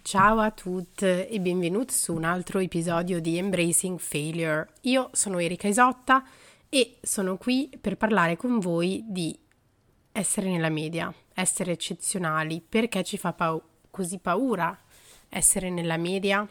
Ciao a tutti e benvenuti su un altro episodio di Embracing Failure. Io sono Erika Isotta e sono qui per parlare con voi di essere nella media, essere eccezionali. Perché ci fa così paura essere nella media?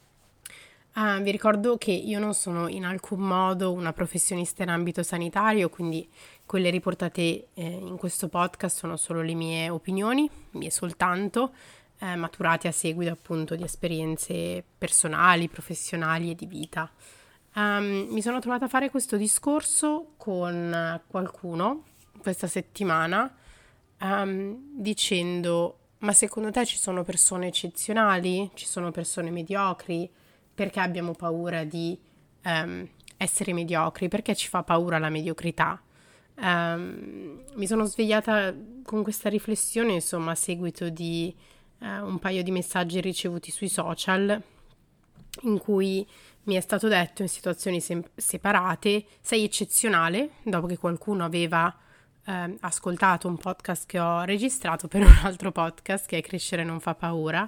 Vi ricordo che io non sono in alcun modo una professionista in ambito sanitario, quindi quelle riportate in questo podcast sono solo le mie opinioni, mie soltanto, maturate a seguito appunto di esperienze personali, professionali e di vita. Mi sono trovata a fare questo discorso con qualcuno questa settimana dicendo: ma secondo te ci sono persone eccezionali? Ci sono persone mediocri? Perché abbiamo paura di essere mediocri? Perché ci fa paura la mediocrità? Mi sono svegliata con questa riflessione, insomma, a seguito di un paio di messaggi ricevuti sui social in cui mi è stato detto in situazioni separate: sei eccezionale, dopo che qualcuno aveva ascoltato un podcast che ho registrato per un altro podcast che è Crescere non fa paura.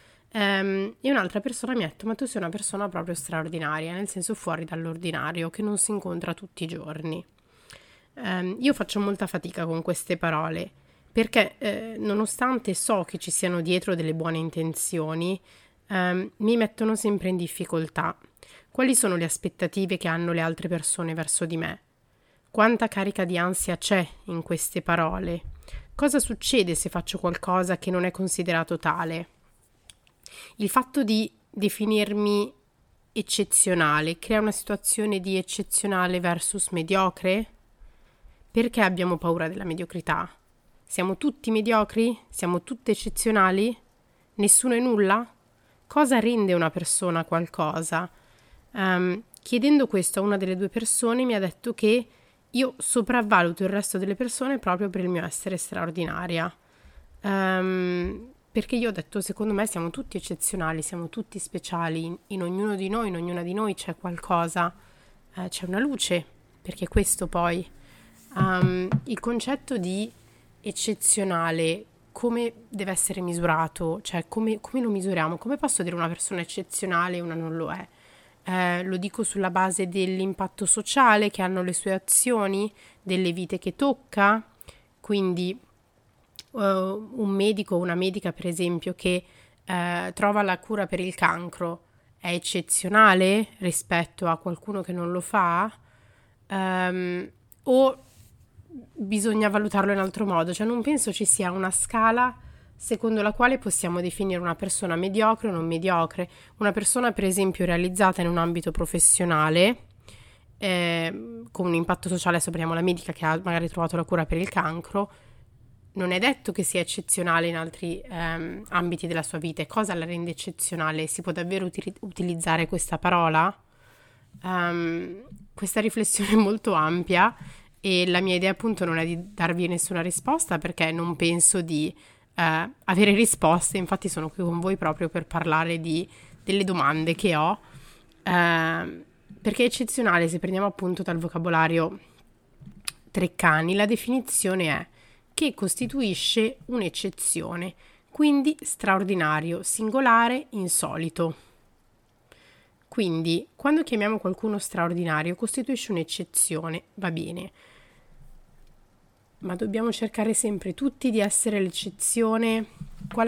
E un'altra persona mi ha detto: ma tu sei una persona proprio straordinaria, nel senso fuori dall'ordinario, che non si incontra tutti i giorni. Io faccio molta fatica con queste parole perché nonostante so che ci siano dietro delle buone intenzioni, mi mettono sempre in difficoltà. Quali sono le aspettative che hanno le altre persone verso di me? Quanta carica di ansia c'è in queste parole? Cosa succede se faccio qualcosa che non è considerato tale? Il fatto di definirmi eccezionale crea una situazione di eccezionale versus mediocre? Perché abbiamo paura della mediocrità? Siamo tutti mediocri? Siamo tutti eccezionali? Nessuno è nulla? Cosa rende una persona qualcosa? Chiedendo questo a una delle due persone mi ha detto che io sopravvaluto il resto delle persone proprio per il mio essere straordinaria. Perché io ho detto: secondo me siamo tutti eccezionali, siamo tutti speciali, in ognuno di noi, in ognuna di noi c'è qualcosa, c'è una luce, perché questo poi il concetto di eccezionale come deve essere misurato, cioè come lo misuriamo? Come posso dire una persona eccezionale e una non lo è? Lo dico sulla base dell'impatto sociale che hanno le sue azioni, delle vite che tocca, quindi un medico o una medica, per esempio, che trova la cura per il cancro è eccezionale rispetto a qualcuno che non lo fa? O bisogna valutarlo in altro modo? Cioè, non penso ci sia una scala secondo la quale possiamo definire una persona mediocre o non mediocre. Una persona, per esempio, realizzata in un ambito professionale, con un impatto sociale, sappiamo la medica che ha magari trovato la cura per il cancro, non è detto che sia eccezionale in altri ambiti della sua vita. E cosa la rende eccezionale? Si può davvero utilizzare questa parola? Questa riflessione è molto ampia e la mia idea appunto non è di darvi nessuna risposta, perché non penso di avere risposte. Infatti sono qui con voi proprio per parlare delle domande che ho, perché eccezionale, se prendiamo appunto dal vocabolario Treccani, la definizione è che costituisce un'eccezione, quindi straordinario, singolare, insolito. Quindi, quando chiamiamo qualcuno straordinario, costituisce un'eccezione, va bene, ma dobbiamo cercare sempre tutti di essere l'eccezione. Qual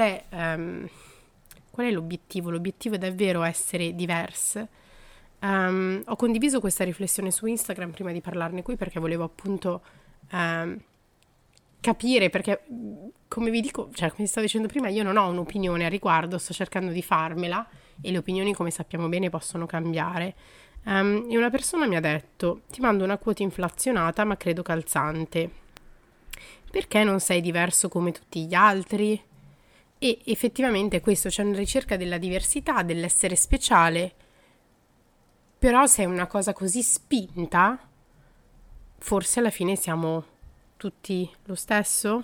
è l'obiettivo? L'obiettivo è davvero essere diverse. Ho condiviso questa riflessione su Instagram prima di parlarne qui, perché volevo appunto capire, perché come vi dico, cioè come stavo dicendo prima, io non ho un'opinione a riguardo, sto cercando di farmela e le opinioni, come sappiamo bene, possono cambiare. E una persona mi ha detto: ti mando una quota inflazionata ma credo calzante, perché non sei diverso come tutti gli altri? E effettivamente questo, c'è una ricerca della diversità, dell'essere speciale, però se è una cosa così spinta, forse alla fine siamo tutti lo stesso.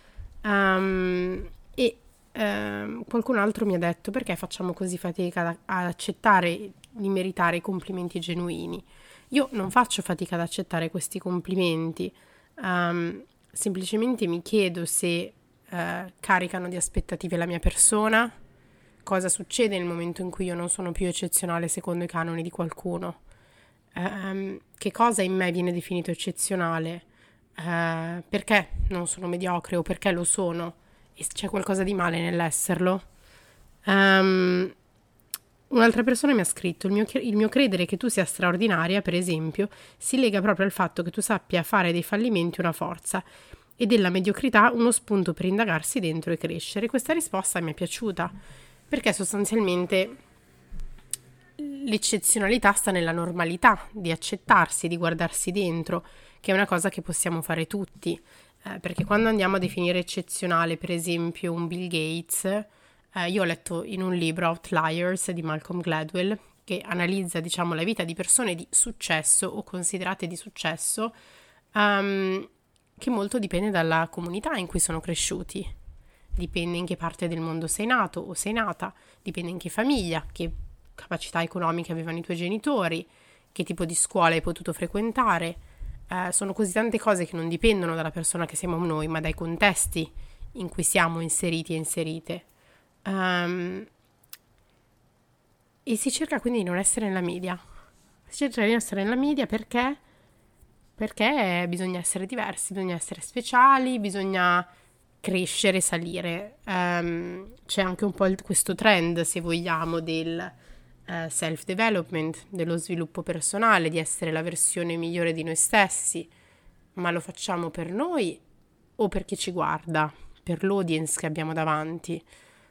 Qualcun altro mi ha detto: perché facciamo così fatica ad accettare di meritare i complimenti genuini? Io non faccio fatica ad accettare questi complimenti, semplicemente mi chiedo se caricano di aspettative la mia persona, cosa succede nel momento in cui io non sono più eccezionale secondo i canoni di qualcuno? Che cosa in me viene definito eccezionale? Perché non sono mediocre o perché lo sono? E c'è qualcosa di male nell'esserlo? Un'altra persona mi ha scritto: il mio credere che tu sia straordinaria, per esempio, si lega proprio al fatto che tu sappia fare dei fallimenti una forza e della mediocrità uno spunto per indagarsi dentro e crescere. Questa risposta mi è piaciuta perché sostanzialmente l'eccezionalità sta nella normalità di accettarsi, di guardarsi dentro, che è una cosa che possiamo fare tutti, perché quando andiamo a definire eccezionale, per esempio, un Bill Gates, io ho letto in un libro Outliers di Malcolm Gladwell, che analizza, diciamo, la vita di persone di successo o considerate di successo, che molto dipende dalla comunità in cui sono cresciuti, dipende in che parte del mondo sei nato o sei nata, dipende in che famiglia, che capacità economiche avevano i tuoi genitori, che tipo di scuola hai potuto frequentare. Sono così tante cose che non dipendono dalla persona che siamo noi, ma dai contesti in cui siamo inseriti e inserite. E si cerca quindi di non essere nella media. Si cerca di non essere nella media perché bisogna essere diversi, bisogna essere speciali, bisogna crescere, salire. C'è anche un po' questo trend, se vogliamo, del self-development, dello sviluppo personale, di essere la versione migliore di noi stessi, ma lo facciamo per noi o per chi ci guarda, per l'audience che abbiamo davanti.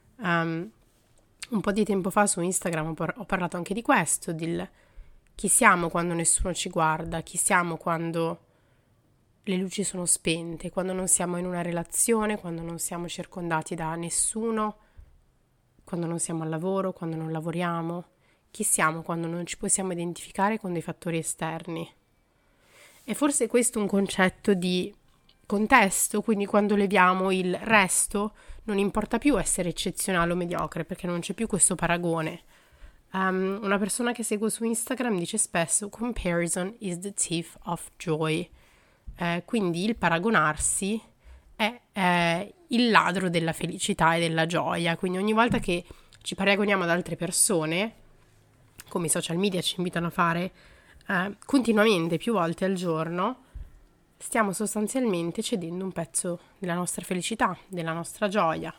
Un po' di tempo fa su Instagram ho parlato anche di questo, di chi siamo quando nessuno ci guarda, chi siamo quando le luci sono spente, quando non siamo in una relazione, quando non siamo circondati da nessuno, quando non siamo al lavoro, quando non lavoriamo. Chi siamo quando non ci possiamo identificare con dei fattori esterni? E forse questo è un concetto di contesto, quindi quando leviamo il resto non importa più essere eccezionale o mediocre, perché non c'è più questo paragone. Una persona che seguo su Instagram dice spesso: comparison is the thief of joy. Quindi il paragonarsi è il ladro della felicità e della gioia. Quindi ogni volta che ci paragoniamo ad altre persone, come i social media ci invitano a fare continuamente, più volte al giorno, stiamo sostanzialmente cedendo un pezzo della nostra felicità, della nostra gioia.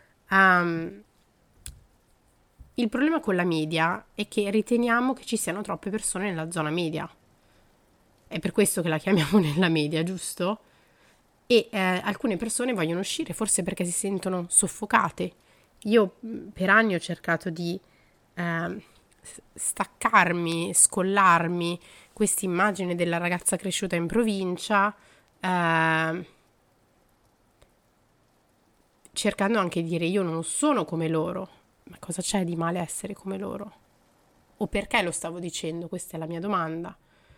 Il problema con la media è che riteniamo che ci siano troppe persone nella zona media. È per questo che la chiamiamo nella media, giusto? E alcune persone vogliono uscire, forse perché si sentono soffocate. Io per anni ho cercato di staccarmi, scollarmi questa immagine della ragazza cresciuta in provincia, cercando anche di dire: io non sono come loro, ma cosa c'è di male essere come loro? O perché lo stavo dicendo? Questa è la mia domanda.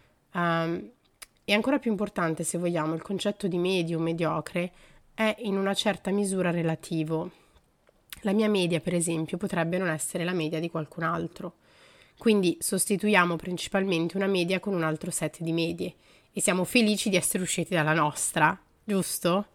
E ancora più importante, se vogliamo, il concetto di medio o mediocre è in una certa misura relativo. La mia media, per esempio, potrebbe non essere la media di qualcun altro. Quindi sostituiamo principalmente una media con un altro set di medie e siamo felici di essere usciti dalla nostra, giusto?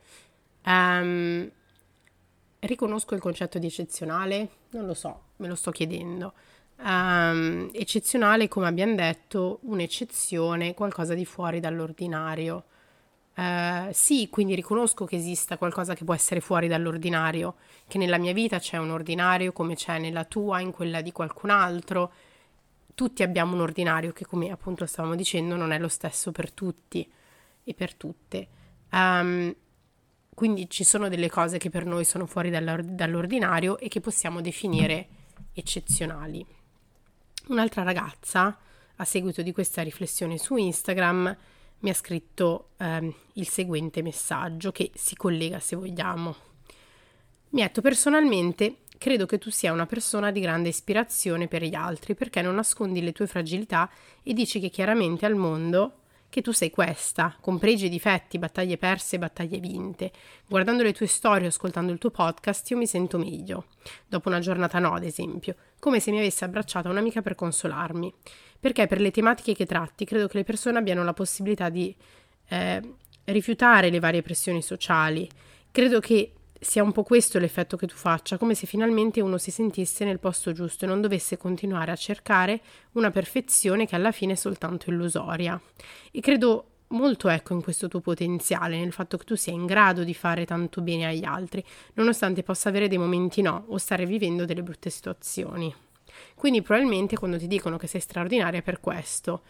Riconosco il concetto di eccezionale? Non lo so, me lo sto chiedendo. Eccezionale, come abbiamo detto, un'eccezione, qualcosa di fuori dall'ordinario. Sì, quindi riconosco che esista qualcosa che può essere fuori dall'ordinario, che nella mia vita c'è un ordinario come c'è nella tua, in quella di qualcun altro. Tutti abbiamo un ordinario che, come appunto stavamo dicendo, non è lo stesso per tutti e per tutte. Quindi ci sono delle cose che per noi sono fuori dall'ordinario e che possiamo definire eccezionali. Un'altra ragazza, a seguito di questa riflessione su Instagram, mi ha scritto il seguente messaggio, che si collega, se vogliamo. Mi ha detto: personalmente credo che tu sia una persona di grande ispirazione per gli altri, perché non nascondi le tue fragilità e dici che chiaramente al mondo che tu sei questa, con pregi e difetti, battaglie perse e battaglie vinte. Guardando le tue storie o ascoltando il tuo podcast io mi sento meglio. Dopo una giornata no, ad esempio, come se mi avesse abbracciata un'amica per consolarmi. Perché per le tematiche che tratti credo che le persone abbiano la possibilità di rifiutare le varie pressioni sociali. Credo che sia un po' questo l'effetto che tu faccia, come se finalmente uno si sentisse nel posto giusto e non dovesse continuare a cercare una perfezione che alla fine è soltanto illusoria. E credo molto, ecco, in questo tuo potenziale, nel fatto che tu sia in grado di fare tanto bene agli altri, nonostante possa avere dei momenti no o stare vivendo delle brutte situazioni. Quindi probabilmente quando ti dicono che sei straordinaria è per questo.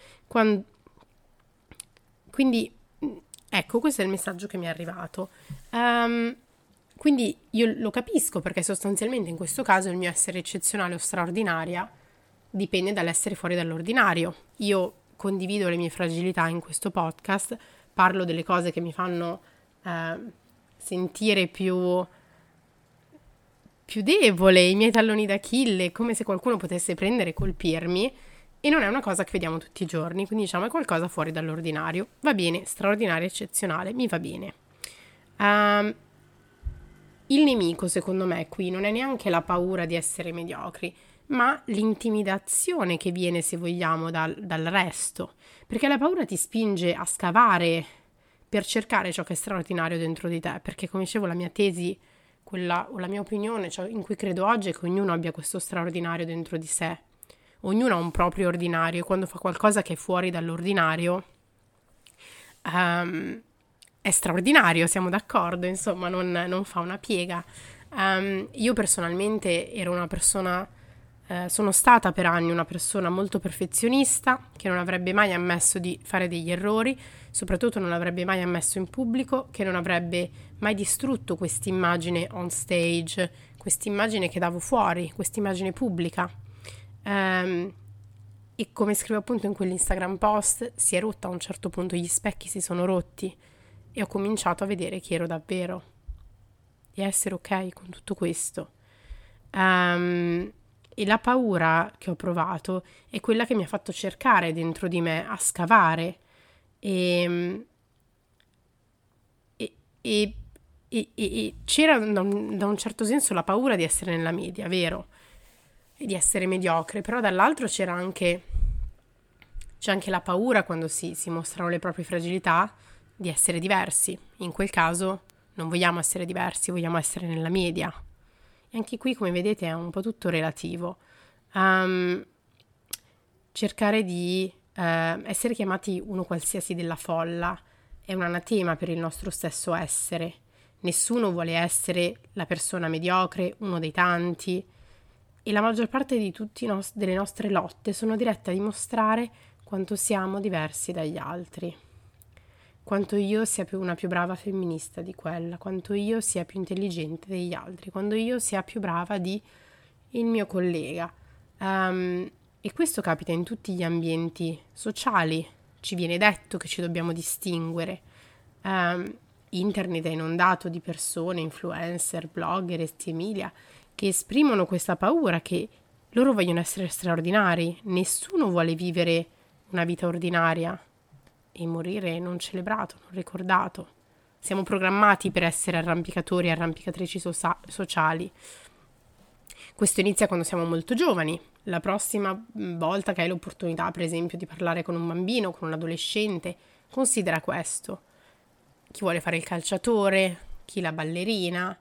Quindi, ecco, questo è il messaggio che mi è arrivato. Quindi io lo capisco, perché sostanzialmente in questo caso il mio essere eccezionale o straordinaria dipende dall'essere fuori dall'ordinario. Io condivido le mie fragilità in questo podcast, parlo delle cose che mi fanno sentire più debole, i miei talloni d'Achille, come se qualcuno potesse prendere e colpirmi, e non è una cosa che vediamo tutti i giorni, quindi diciamo è qualcosa fuori dall'ordinario. Va bene, straordinario, eccezionale, mi va bene. Il nemico, secondo me, qui non è neanche la paura di essere mediocri, ma l'intimidazione che viene, se vogliamo, dal resto. Perché la paura ti spinge a scavare per cercare ciò che è straordinario dentro di te. Perché, come dicevo, la mia tesi, quella o la mia opinione, ciò in cui credo oggi, è che ognuno abbia questo straordinario dentro di sé. Ognuno ha un proprio ordinario, e quando fa qualcosa che è fuori dall'ordinario è straordinario, siamo d'accordo, insomma, non fa una piega. Io personalmente ero una persona, sono stata per anni una persona molto perfezionista, che non avrebbe mai ammesso di fare degli errori, soprattutto non l'avrebbe mai ammesso in pubblico, che non avrebbe mai distrutto quest'immagine on stage, quest'immagine che davo fuori, quest'immagine pubblica. E come scrivo appunto in quell'Instagram post, si è rotta a un certo punto, gli specchi si sono rotti e ho cominciato a vedere chi ero davvero e a essere ok con tutto questo. E la paura che ho provato è quella che mi ha fatto cercare dentro di me, a scavare e c'era da un certo senso la paura di essere nella media, vero? E di essere mediocre, però dall'altro c'è anche la paura, quando si mostrano le proprie fragilità, di essere diversi. In quel caso non vogliamo essere diversi, vogliamo essere nella media. E anche qui, come vedete, è un po' tutto relativo. Cercare di essere chiamati uno qualsiasi della folla è un anatema per il nostro stesso essere. Nessuno vuole essere la persona mediocre, uno dei tanti, e la maggior parte di tutte delle nostre lotte sono dirette a dimostrare quanto siamo diversi dagli altri, quanto io sia una più brava femminista di quella, quanto io sia più intelligente degli altri, quando io sia più brava di il mio collega. E questo capita in tutti gli ambienti sociali, ci viene detto che ci dobbiamo distinguere. Internet è inondato di persone, influencer, blogger, Emilia, che esprimono questa paura che loro vogliono essere straordinari, nessuno vuole vivere una vita ordinaria e morire non celebrato, non ricordato. Siamo programmati per essere arrampicatori e arrampicatrici sociali. Questo inizia quando siamo molto giovani. La prossima volta che hai l'opportunità, per esempio, di parlare con un bambino, con un adolescente, considera questo. Chi vuole fare il calciatore, chi la ballerina,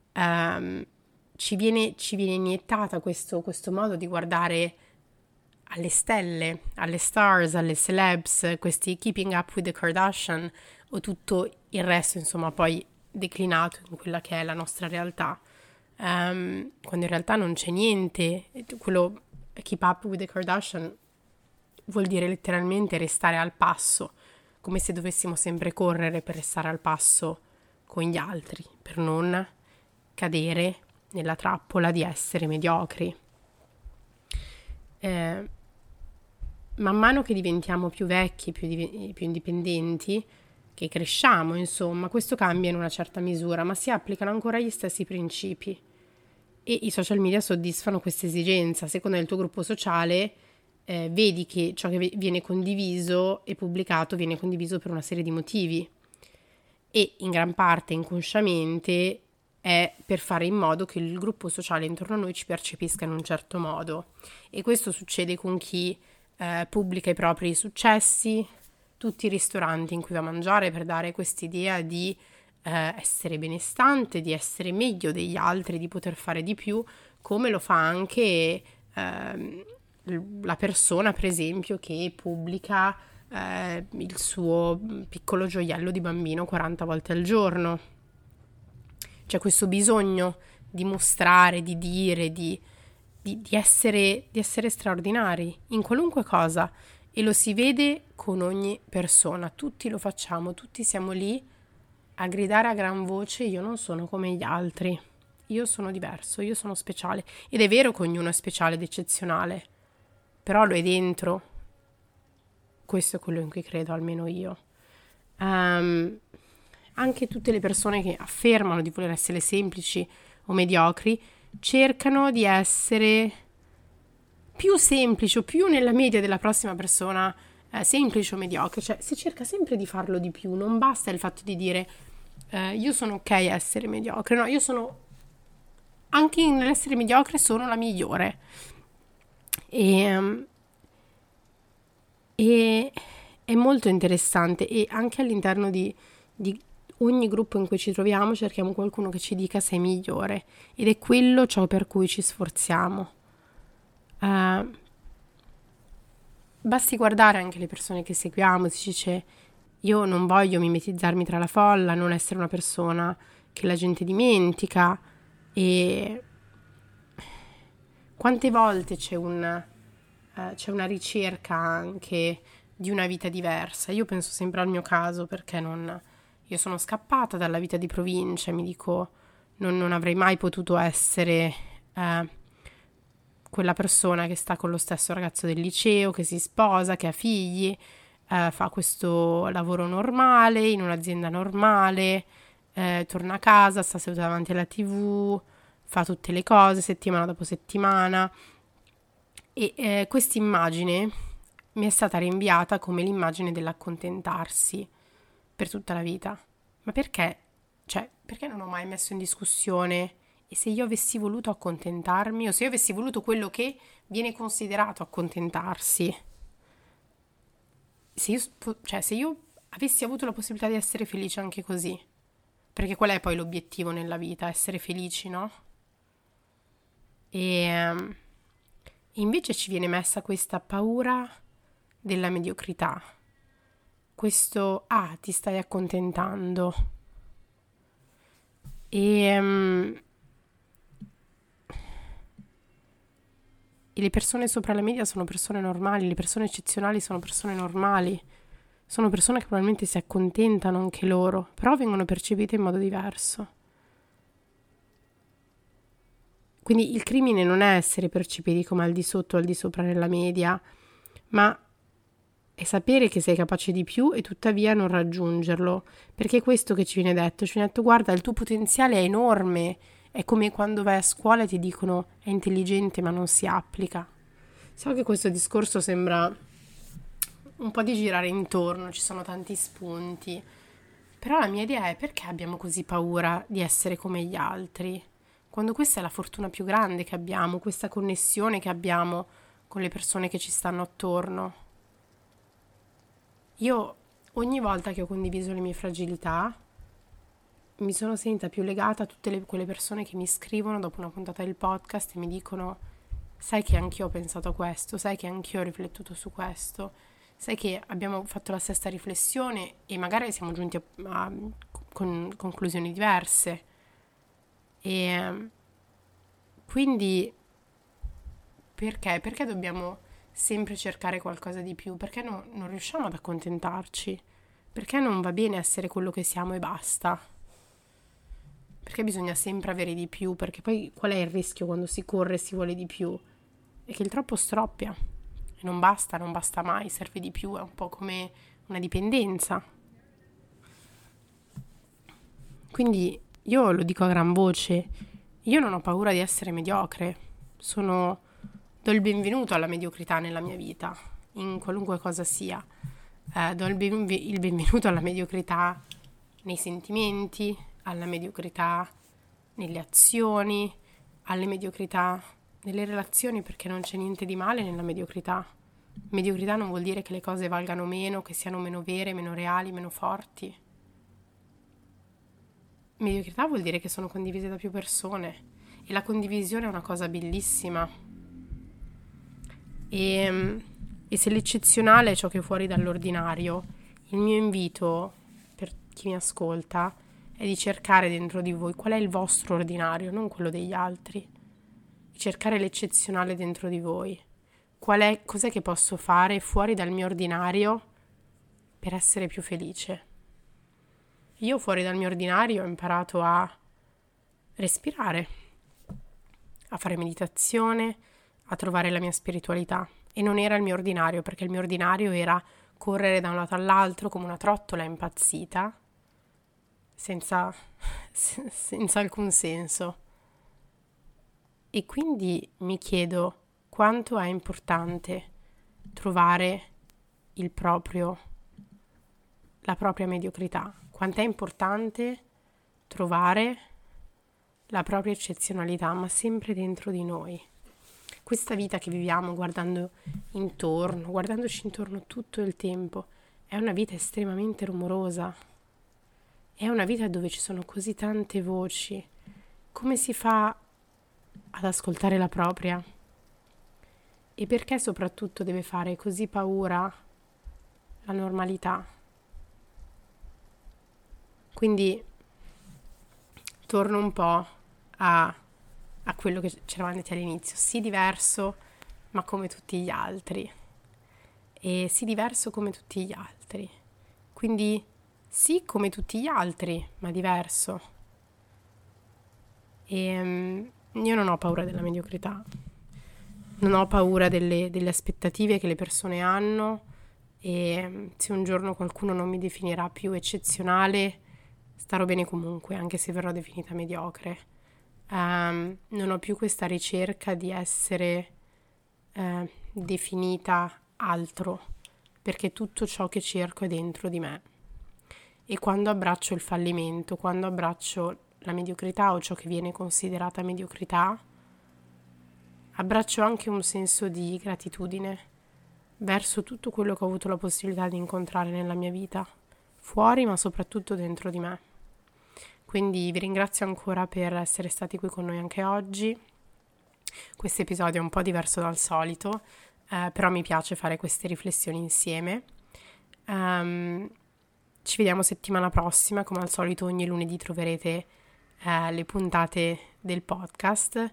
ci viene iniettata questo modo di guardare alle stelle, alle stars, alle celebs, questi Keeping Up with the Kardashian o tutto il resto, insomma, poi declinato in quella che è la nostra realtà, quando in realtà non c'è niente. Quello Keep Up with the Kardashian vuol dire letteralmente restare al passo, come se dovessimo sempre correre per restare al passo con gli altri, per non cadere nella trappola di essere mediocri. Man mano che diventiamo più vecchi, più indipendenti, che cresciamo, insomma, questo cambia in una certa misura, ma si applicano ancora gli stessi principi. E i social media soddisfano questa esigenza. Secondo il tuo gruppo sociale, vedi che ciò che viene condiviso e pubblicato viene condiviso per una serie di motivi. E in gran parte, inconsciamente, è per fare in modo che il gruppo sociale intorno a noi ci percepisca in un certo modo. E questo succede con chi pubblica i propri successi, tutti i ristoranti in cui va a mangiare, per dare quest'idea di essere benestante, di essere meglio degli altri, di poter fare di più, come lo fa anche la persona, per esempio, che pubblica il suo piccolo gioiello di bambino 40 volte al giorno. C'è questo bisogno di mostrare, di dire, di essere straordinari in qualunque cosa, e lo si vede con ogni persona. Tutti lo facciamo, tutti siamo lì a gridare a gran voce: io non sono come gli altri, io sono diverso, io sono speciale. Ed è vero che ognuno è speciale ed eccezionale, però lo è dentro. Questo è quello in cui credo, almeno io. Anche tutte le persone che affermano di voler essere semplici o mediocri cercano di essere più semplici o più nella media della prossima persona, semplice o mediocre. Cioè, si cerca sempre di farlo di più. Non basta il fatto di dire io sono ok a essere mediocre. No, io sono, anche nell'essere mediocre, sono la migliore. E è molto interessante, e anche all'interno di ogni gruppo in cui ci troviamo cerchiamo qualcuno che ci dica sei migliore, ed è quello ciò per cui ci sforziamo. Basti guardare anche le persone che seguiamo, si dice: io non voglio mimetizzarmi tra la folla, non essere una persona che la gente dimentica. E quante volte c'è una ricerca anche di una vita diversa. Io penso sempre al mio caso, perché io sono scappata dalla vita di provincia, mi dico non avrei mai potuto essere quella persona che sta con lo stesso ragazzo del liceo, che si sposa, che ha figli, fa questo lavoro normale, in un'azienda normale, torna a casa, sta seduta davanti alla TV, fa tutte le cose settimana dopo settimana. E questa immagine mi è stata rinviata come l'immagine dell'accontentarsi per tutta la vita. Ma perché? Cioè, perché non ho mai messo in discussione: e se io avessi voluto accontentarmi, o se io avessi voluto quello che viene considerato accontentarsi? Se io avessi avuto la possibilità di essere felice anche così. Perché qual è poi l'obiettivo nella vita? Essere felici, no? E invece ci viene messa questa paura della mediocrità. Questo, ti stai accontentando. E le persone sopra la media sono persone normali, le persone eccezionali sono persone normali, sono persone che probabilmente si accontentano anche loro, però vengono percepite in modo diverso. Quindi il crimine non è essere percepiti come al di sotto o al di sopra nella media, ma è sapere che sei capace di più e tuttavia non raggiungerlo, perché è questo che ci viene detto, guarda, il tuo potenziale è enorme. È come quando vai a scuola e ti dicono è intelligente ma non si applica. So che questo discorso sembra un po' di girare intorno, ci sono tanti spunti, però la mia idea è: perché abbiamo così paura di essere come gli altri, quando questa è la fortuna più grande che abbiamo, questa connessione che abbiamo con le persone che ci stanno attorno. Io ogni volta che ho condiviso le mie fragilità mi sono sentita più legata a tutte quelle persone che mi scrivono dopo una puntata del podcast e mi dicono: sai che anch'io ho pensato a questo, sai che anch'io ho riflettuto su questo, sai che abbiamo fatto la stessa riflessione e magari siamo giunti con conclusioni diverse. E quindi perché? Perché dobbiamo sempre cercare qualcosa di più? Perché non riusciamo ad accontentarci? Perché non va bene essere quello che siamo e basta? Perché bisogna sempre avere di più? Perché poi qual è il rischio quando si corre e si vuole di più? È che il troppo stroppia. E non basta mai, serve di più, è un po' come una dipendenza. Quindi io lo dico a gran voce, io non ho paura di essere mediocre, do il benvenuto alla mediocrità nella mia vita, in qualunque cosa sia. Do il benvenuto alla mediocrità nei sentimenti, alla mediocrità nelle azioni, alle mediocrità nelle relazioni, perché non c'è niente di male nella mediocrità. Mediocrità non vuol dire che le cose valgano meno, che siano meno vere, meno reali, meno forti. mediocrità vuol dire che sono condivise da più persone e la condivisione è una cosa bellissima. E se l'eccezionale è ciò che è fuori dall'ordinario, il mio invito per chi mi ascolta è di cercare dentro di voi qual è il vostro ordinario, non quello degli altri. Di cercare l'eccezionale dentro di voi. Cos'è che posso fare fuori dal mio ordinario per essere più felice? Io fuori dal mio ordinario ho imparato a respirare, a fare meditazione, a trovare la mia spiritualità. E non era il mio ordinario, perché il mio ordinario era correre da un lato all'altro come una trottola impazzita, senza alcun senso. E quindi mi chiedo quanto è importante trovare la propria mediocrità, quanto è importante trovare la propria eccezionalità, ma sempre dentro di noi. Questa vita che viviamo guardandoci intorno tutto il tempo, è una vita estremamente rumorosa. È una vita dove ci sono così tante voci. Come si fa ad ascoltare la propria? E perché soprattutto deve fare così paura la normalità? Quindi torno un po' a quello che c'eravamo detti all'inizio. Sii diverso, ma come tutti gli altri. E sii diverso come tutti gli altri. Quindi sì, come tutti gli altri, ma diverso. E io non ho paura della mediocrità. Non ho paura delle aspettative che le persone hanno, e se un giorno qualcuno non mi definirà più eccezionale, starò bene comunque, anche se verrò definita mediocre. Non ho più questa ricerca di essere definita altro, perché tutto ciò che cerco è dentro di me. E quando abbraccio il fallimento, quando abbraccio la mediocrità o ciò che viene considerata mediocrità, abbraccio anche un senso di gratitudine verso tutto quello che ho avuto la possibilità di incontrare nella mia vita, fuori ma soprattutto dentro di me. Quindi vi ringrazio ancora per essere stati qui con noi anche oggi. Questo episodio è un po' diverso dal solito, però mi piace fare queste riflessioni insieme. Ci vediamo settimana prossima, come al solito ogni lunedì troverete le puntate del podcast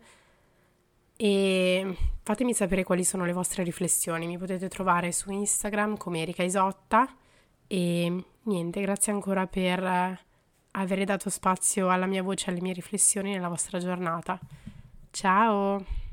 e fatemi sapere quali sono le vostre riflessioni. Mi potete trovare su Instagram come Erika Isotta e niente, grazie ancora per avere dato spazio alla mia voce e alle mie riflessioni nella vostra giornata. Ciao!